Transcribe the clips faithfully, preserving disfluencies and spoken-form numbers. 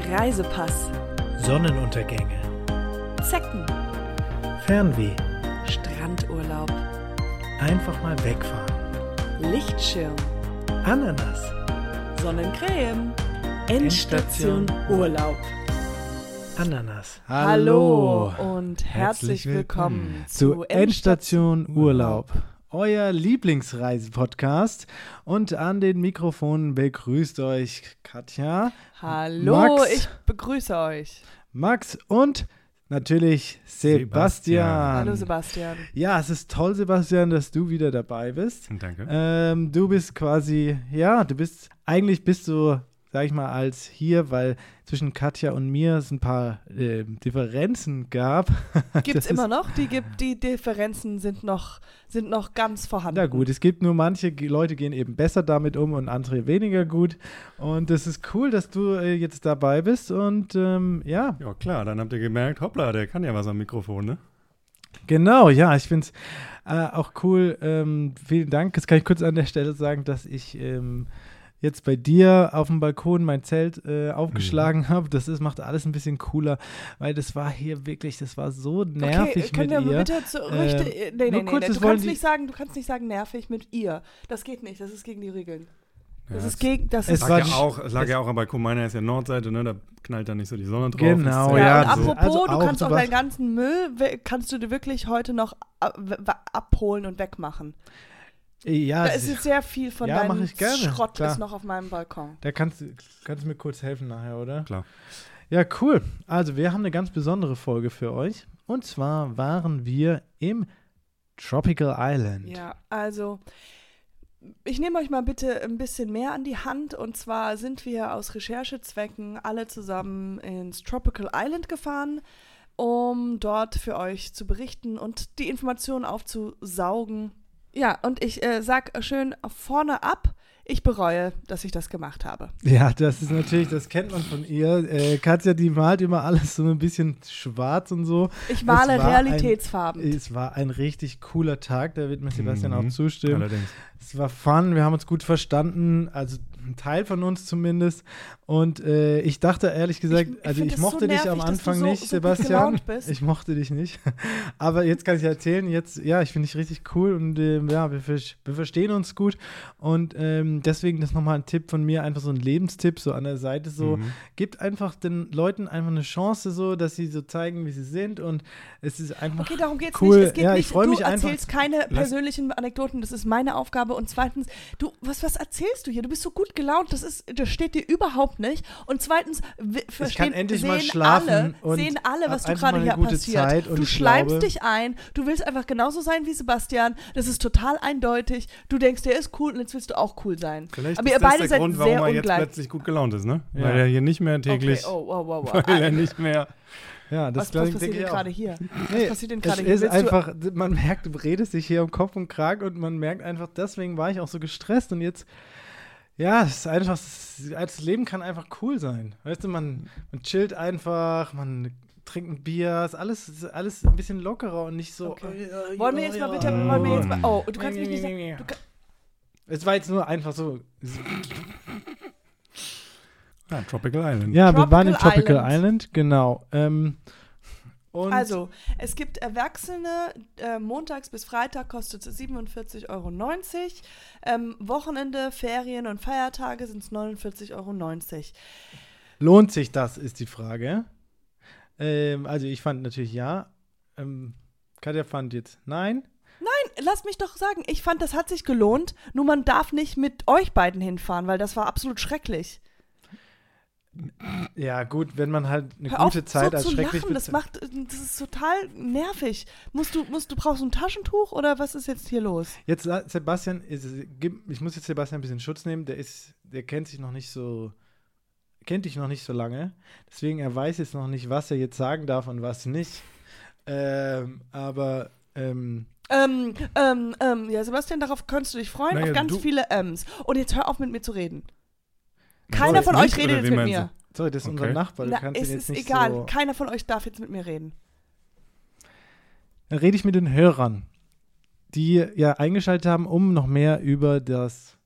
Reisepass, Sonnenuntergänge, Zecken, Fernweh, Strandurlaub, einfach mal wegfahren, Lichtschirm, Ananas, Sonnencreme, Endstation Urlaub. Ananas. Hallo und herzlich willkommen zu Endstation Urlaub, euer Lieblingsreisepodcast. Und an den Mikrofonen begrüßt euch Katja, Hallo, Max, ich begrüße euch. Max und natürlich Sebastian. Sebastian. Hallo Sebastian. Ja, es ist toll, Sebastian, dass du wieder dabei bist. Danke. Ähm, du bist quasi, ja, du bist, eigentlich bist du, sag ich mal, als hier, weil zwischen Katja und mir es ein paar äh, Differenzen gab. Gibt es Das immer ist- noch? Die, gibt, die Differenzen sind noch, sind noch ganz vorhanden. Na gut, es gibt nur manche Ge- Leute gehen eben besser damit um und andere weniger gut. Und es ist cool, dass du äh, jetzt dabei bist. Und ähm, ja, Ja, klar, dann habt ihr gemerkt, hoppla, der kann ja was am Mikrofon, ne? genau, ja, ich finde es äh, auch cool. Ähm, vielen Dank. Jetzt kann ich kurz an der Stelle sagen, dass ich ähm, jetzt bei dir auf dem Balkon mein Zelt äh, aufgeschlagen Mhm. habe. Das ist, macht alles ein bisschen cooler, weil das war hier wirklich, das war so nervig Okay, können mit wir ihr. bitte zu, richtig, Ähm, nee, nee, nur nee, kurz, nee. das Du wollen kannst die- nicht sagen, du kannst nicht sagen nervig mit ihr. Das geht nicht, das ist gegen die Regeln. Das Ja, ist gegen, das es ist Es war lag, die- ja auch, es lag es- ja auch am Balkon, meiner ist ja Nordseite, ne? Da knallt dann nicht so die Sonne drauf. Genau, Ist ja, ja, und so- apropos, also du auch kannst auch sowas- deinen ganzen Müll, we- kannst du dir wirklich heute noch ab, w- abholen und wegmachen. Ja, Da es ist jetzt sehr viel von Ja, mach deinem ich gerne, Schrott klar. ist noch auf meinem Balkon. Da kannst du kannst du mir kurz helfen nachher, oder? Klar. Ja, cool. Also, wir haben eine ganz besondere Folge für euch. Und zwar waren wir im Tropical Island. Ja, also ich nehme euch mal bitte ein bisschen mehr an die Hand. Und zwar sind wir aus Recherchezwecken alle zusammen ins Tropical Island gefahren, um dort für euch zu berichten und die Informationen aufzusaugen. Ja, und ich äh, sag schön vorne ab, ich bereue, dass ich das gemacht habe. Ja, das ist natürlich, das kennt man von ihr. Äh, Katja, die malt immer alles so ein bisschen schwarz und so. Ich male Es war Realitätsfarben. Ein, es war ein richtig cooler Tag, da wird mir Sebastian Mhm. auch zustimmen. Allerdings. Es war fun, wir haben uns gut verstanden, also ein Teil von uns zumindest. Und äh, ich dachte ehrlich gesagt, Ich- ich also find ich es so mochte dich am nervig, dass du Anfang so- nicht, so gut Sebastian. gelaunt bist. Ich mochte dich nicht. Aber jetzt kann ich erzählen, jetzt, ja, ich finde dich richtig cool und ähm, ja, wir, ver- wir verstehen uns gut. Und ähm, deswegen ist nochmal ein Tipp von mir, einfach so ein Lebenstipp, so an der Seite so. Mhm. Gebt einfach den Leuten einfach eine Chance, so, dass sie so zeigen, wie sie sind. Und es ist einfach Okay, darum geht's cool. nicht. Es geht ja, nicht, ich freue du mich einfach. erzählst keine persönlichen Anekdoten, das ist meine Aufgabe. Und zweitens, du, was, was erzählst du hier? Du bist so gut gelaunt, das ist, das steht dir überhaupt nicht. Und zweitens, w- verstehen, endlich sehen mal schlafen alle, und sehen alle, was hab du einfach gerade mal hier eine gute passiert. Zeit und Du ich schleimst glaube- dich ein, du willst einfach genauso sein wie Sebastian. Das ist total eindeutig. Du denkst, der ist cool und jetzt willst du auch cool sein. Vielleicht Aber ist ihr das beide der seid Grund, warum sehr er jetzt ungleich. plötzlich gut gelaunt ist, ne? Ja. Weil er hier nicht mehr täglich, Okay, oh, wow, wow, wow. weil er nicht mehr... Ja, das Was, glaub was ich- passiert denke denn ich auch. gerade hier? Nee, Was passiert denn gerade es hier? ist Willst du- einfach, man merkt, du redest dich hier um Kopf und Kragen und man merkt einfach, deswegen war ich auch so gestresst und jetzt, ja, es ist einfach, das Leben kann einfach cool sein. Weißt du, man, man chillt einfach, man trinkt ein Bier, ist alles, ist alles ein bisschen lockerer und nicht so. Okay. äh, Wollen wir ja, jetzt mal ja, bitte, äh, wollen wir jetzt mal, oh, du kannst mich nicht sagen, du kann, Es war jetzt nur einfach so. Ja, Tropical Island. Ja, wir waren im Tropical Tropical Island. Island, genau. Ähm, und Also, es gibt Erwachsene, äh, montags bis Freitag kostet es siebenundvierzig Euro neunzig. Ähm, Wochenende, Ferien und Feiertage sind es neunundvierzig Euro neunzig. lohnt sich das, ist die Frage. Ähm, also ich fand natürlich ja. Ähm, Katja fand jetzt nein. Lass mich doch sagen, ich fand, das hat sich gelohnt, nur man darf nicht mit euch beiden hinfahren, weil das war absolut schrecklich. Ja, gut, wenn man halt eine Hör gute auf, Zeit so als zu schrecklich lachen, das beze- macht, das ist total nervig. Musst du, musst, du brauchst ein Taschentuch oder was ist jetzt hier los? Jetzt la- Sebastian, ist, gib- ich muss jetzt Sebastian ein bisschen Schutz nehmen, der ist, der kennt sich noch nicht so, kennt dich noch nicht so lange. Deswegen, er weiß jetzt noch nicht, was er jetzt sagen darf und was nicht. Ähm, aber, ähm, Ähm, ähm, ähm, ja, Sebastian, darauf könntest du dich freuen, Naja, auf ganz du- viele Äms. Und jetzt hör auf, mit mir zu reden. Ja, Keiner jetzt von euch nicht, redet oder jetzt wen mit meinst mir. sorry, das ist Okay. unser Nachbar, du Na, kannst es ihn jetzt ist nicht egal. so. Keiner von euch darf jetzt mit mir reden. Dann rede ich mit den Hörern, die ja eingeschaltet haben, um noch mehr über das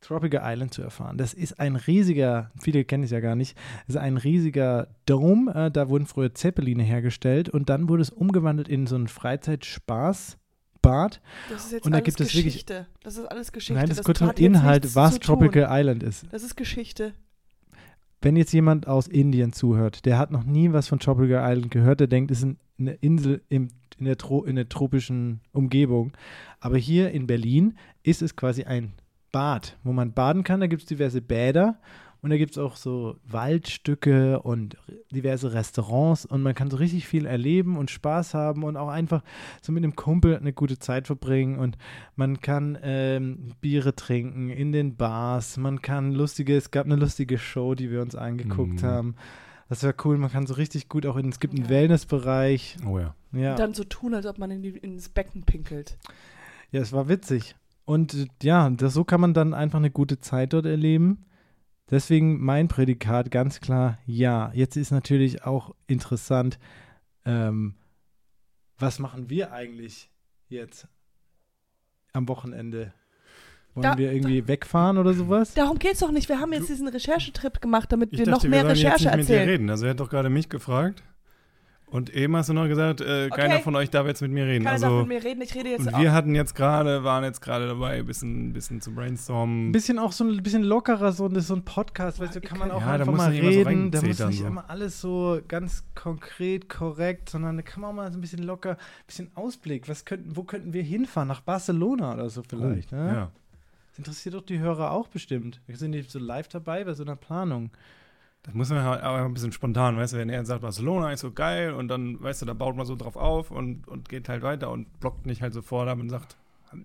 Tropical Island zu erfahren. Das ist ein riesiger, viele kennen es ja gar nicht, das ist ein riesiger Dome, äh, da wurden früher Zeppeline hergestellt und dann wurde es umgewandelt in so einen Freizeitspaßbad. Das ist jetzt Und da alles gibt es Geschichte. wirklich, das ist alles Geschichte. nein, das ist kurz hat nur jetzt Inhalt, nichts was zu tun. Tropical Island ist. Das ist Geschichte. Wenn jetzt jemand aus Indien zuhört, der hat noch nie was von Tropical Island gehört, der denkt, es ist eine Insel im, in, der Tro, in der tropischen Umgebung. Aber hier in Berlin ist es quasi ein Bad, wo man baden kann. Da gibt es diverse Bäder und da gibt es auch so Waldstücke und diverse Restaurants und man kann so richtig viel erleben und Spaß haben und auch einfach so mit einem Kumpel eine gute Zeit verbringen und man kann ähm, Biere trinken in den Bars, man kann lustige, es gab eine lustige Show, die wir uns angeguckt Mhm. haben. Das war cool, man kann so richtig gut auch in, es gibt einen Ja. Wellnessbereich. Oh ja. Ja. Und dann so tun, als ob man in die, ins Becken pinkelt. Ja, es war witzig. Und äh, ja, das, so kann man dann einfach eine gute Zeit dort erleben. Deswegen mein Prädikat ganz klar, ja. Jetzt ist natürlich auch interessant, ähm, was machen wir eigentlich jetzt am Wochenende? Wollen Da- wir irgendwie wegfahren oder sowas? Darum geht's doch nicht. Wir haben jetzt diesen Recherchetrip gemacht, damit Ich wir dachte, noch mehr wir sollen jetzt Recherche nicht mit dir erzählen. reden. Also er hat doch gerade mich gefragt. Und eben hast du noch gesagt, äh, Okay. keiner von euch darf jetzt mit mir reden. Keiner darf also, mit mir reden, ich rede jetzt und auch. wir hatten jetzt gerade, waren jetzt gerade dabei, ein bisschen, bisschen zu brainstormen. Ein bisschen auch so ein bisschen lockerer, so, ein- so ein Podcast, weißt du, kann man auch Ja, da einfach muss mal nicht immer so reden. Da muss reinzetern, nicht so. immer alles so ganz konkret, korrekt, sondern da kann man auch mal so ein bisschen locker, ein bisschen Ausblick. Was könnten, wo könnten wir hinfahren? Nach Barcelona oder so vielleicht, oh, ne? Ja. Das interessiert doch die Hörer auch bestimmt. Wir sind nicht so live dabei bei so einer Planung. Das muss man halt aber ein bisschen spontan, weißt du, wenn er sagt, Barcelona ist so geil und dann, weißt du, da baut man so drauf auf und, und geht halt weiter und blockt nicht halt sofort ab und sagt,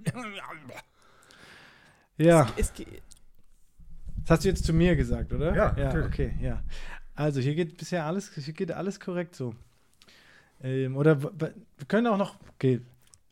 Ja, Es ge- das hast du jetzt zu mir gesagt, oder? Ja, Ja, natürlich. okay, ja. Also hier geht bisher alles, hier geht alles korrekt so. Ähm, oder w- w- wir können auch noch, okay.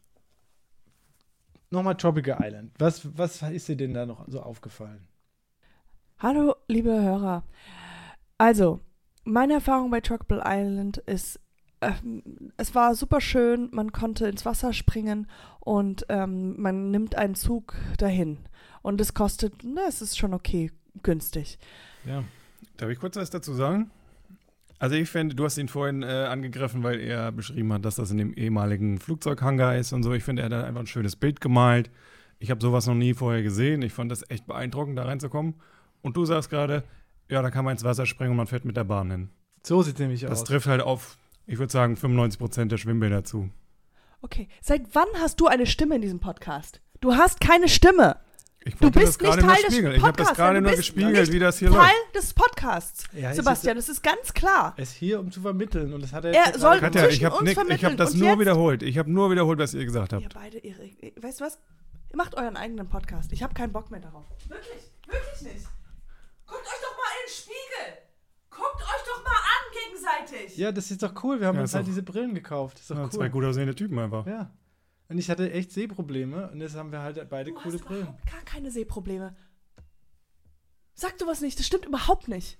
Nochmal Tropical Island. Was, was ist dir denn da noch so aufgefallen? Hallo, liebe Hörer. Also, meine Erfahrung bei Tropical Island ist, ähm, es war super schön, man konnte ins Wasser springen und ähm, man nimmt einen Zug dahin. Und es kostet, na, es ist schon okay, günstig. Ja. Darf ich kurz was dazu sagen? Also ich finde, du hast ihn vorhin äh, angegriffen, weil er beschrieben hat, dass das in dem ehemaligen Flugzeughangar ist und so. Ich finde, er hat da einfach ein schönes Bild gemalt. Ich habe sowas noch nie vorher gesehen. Ich fand das echt beeindruckend, da reinzukommen. Und du sagst gerade, ja, da kann man ins Wasser springen und man fährt mit der Bahn hin. So sieht es nämlich Das aus. trifft halt auf, ich würde sagen, fünfundneunzig Prozent der Schwimmbäder zu. Okay, seit wann hast du eine Stimme in diesem Podcast? Du hast keine Stimme. Ich Du wollte bist das gerade nicht nur Teil des spiegeln. Ich habe das Podcasts, gerade du nur bist gespiegelt, nicht wie das hier Teil läuft. des Podcasts, Ja, es Sebastian, das ist ganz klar. Er ist hier, um zu vermitteln. Und das hat er Er jetzt ja soll- gerade Katja, gemacht. ich zwischen habe uns ich hab vermitteln. das Und nur jetzt- wiederholt. Ich habe nur wiederholt, was ihr gesagt habt. Ihr beide, ihr, weißt du was? Ihr macht euren eigenen Podcast. Ich habe keinen Bock mehr darauf. Wirklich, wirklich nicht. Guckt euch doch mal in den Spiegel. Guckt euch doch mal an gegenseitig. Ja, das ist doch cool. Wir haben Ja, uns ist halt doch- diese Brillen gekauft. Das ist doch Ja, cool. Zwei gut aussehende Typen einfach. Ja. Und ich hatte echt Sehprobleme und jetzt haben wir halt beide Du coole hast Brillen. überhaupt gar keine Sehprobleme. Sag du was nicht, das stimmt überhaupt nicht.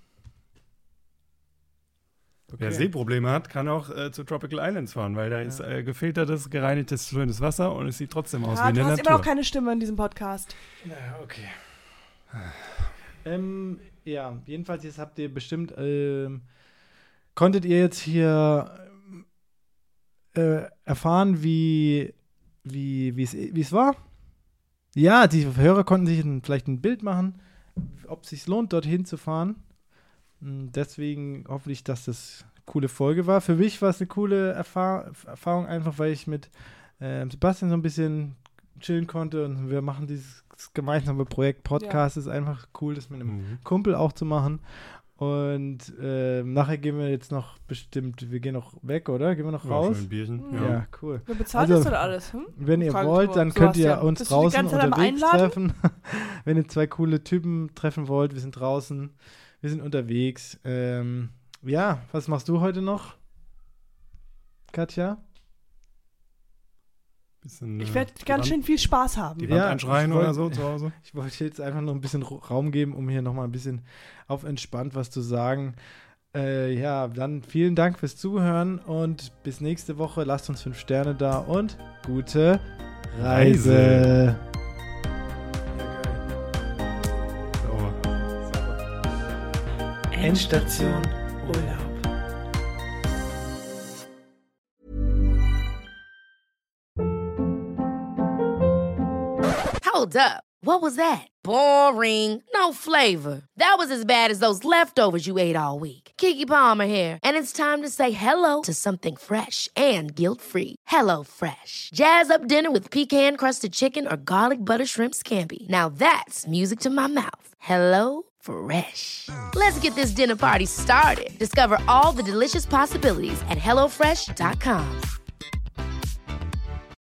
Wer Sehprobleme hat, kann auch äh, zu Tropical Islands fahren, weil da ist äh, gefiltertes, gereinigtes, schönes Wasser und es sieht trotzdem aus Ja, wie in du der hast Natur. immer noch keine Stimme in diesem Podcast. Ja, okay. ähm, ja, jedenfalls jetzt habt ihr bestimmt, ähm, konntet ihr jetzt hier äh, erfahren, wie wie wie es wie es war? Ja, die Hörer konnten sich ein, vielleicht ein Bild machen, ob es sich lohnt, dorthin zu fahren. Mm, Deswegen hoffe ich, dass das eine coole Folge war. Für mich war es eine coole Erfahr Erfahrung, einfach weil ich mit ähm, Sebastian so ein bisschen chillen konnte und wir machen dieses gemeinsame Projekt Podcast. Ist einfach cool, das mit einem Mhm. Kumpel auch zu machen. Und ähm, nachher gehen wir jetzt noch bestimmt, wir gehen noch weg, oder? Gehen wir noch Ja, raus? schön ein Bierchen. Ja, Ja. cool. Wer bezahlt Also, das denn alles? Hm? Wenn ihr Frage ich wollt, nur. dann könnt ihr Sebastian, uns bist du die draußen ganze Zeit am unterwegs Einladen? treffen. Wenn ihr zwei coole Typen treffen wollt, wir sind draußen, wir sind unterwegs. Ähm, ja, was machst du heute noch, Katja? Bisschen, Ich äh, werde die ganz Wand- schön viel Spaß haben. Die Wand Ja, anschreien ich wollt- oder so zu Hause. Ich wollte jetzt einfach noch ein bisschen Ru- Raum geben, um hier nochmal ein bisschen auf entspannt was zu sagen. Äh, ja, dann vielen Dank fürs Zuhören und bis nächste Woche. Lasst uns fünf Sterne da und gute Reise. Reise. Ja, geil. Endstation Urlaub. Hold up. What was that? Boring. No flavor. That was as bad as those leftovers you ate all week. Keke Palmer here, and it's time to say hello to something fresh and guilt-free. Hello Fresh. Jazz up dinner with pecan-crusted chicken or garlic butter shrimp scampi. Now that's music to my mouth. Hello Fresh. Let's get this dinner party started. Discover all the delicious possibilities at hello fresh dot com.